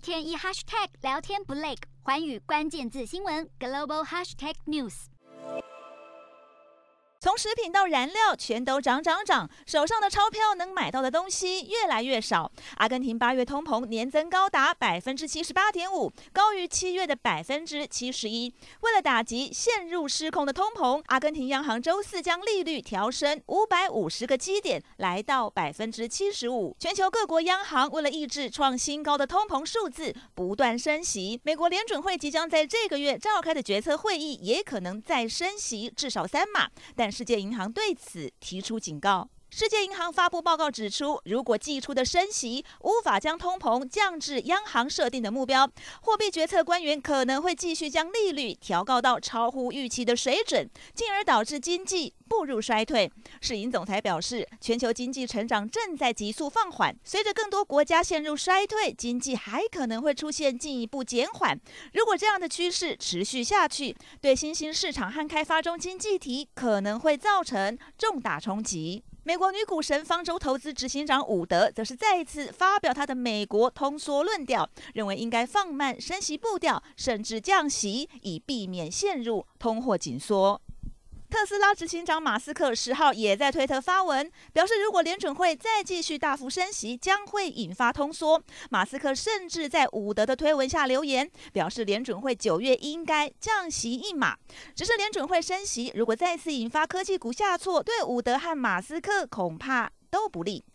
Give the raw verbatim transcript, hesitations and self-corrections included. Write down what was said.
天一 hashtag 聊天不累，寰宇关键字新闻 global hashtag news。 从食品到燃料，全都涨涨涨，手上的钞票能买到的东西越来越少。阿根廷八月通膨年增高达百分之七十八点五，高于七月的百分之七十一。为了打击陷入失控的通膨，阿根廷央行周四将利率调升五百五十个基点，来到百分之七十五。全球各国央行为了抑制创新高的通膨数字，不断升息。美国联准会即将在这个月召开的决策会议，也可能再升息至少三码，但世界银行对此提出警告。世界银行发布报告指出，如果寄出的升息无法将通膨降至央行设定的目标，货币决策官员可能会继续将利率调高到超乎预期的水准，进而导致经济步入衰退。世银总裁表示，全球经济成长正在急速放缓，随着更多国家陷入衰退，经济还可能会出现进一步减缓。如果这样的趋势持续下去，对新兴市场和开发中经济体可能会造成重大冲击。美国女股神方舟投资执行长伍德则是再一次发表他的美国通缩论调，认为应该放慢升息步调，甚至降息，以避免陷入通货紧缩。特斯拉执行长马斯克十号也在推特发文，表示如果联准会再继续大幅升息，将会引发通缩。马斯克甚至在伍德的推文下留言，表示联准会九月应该降息一码。只是联准会升息如果再次引发科技股下挫，对伍德和马斯克恐怕都不利。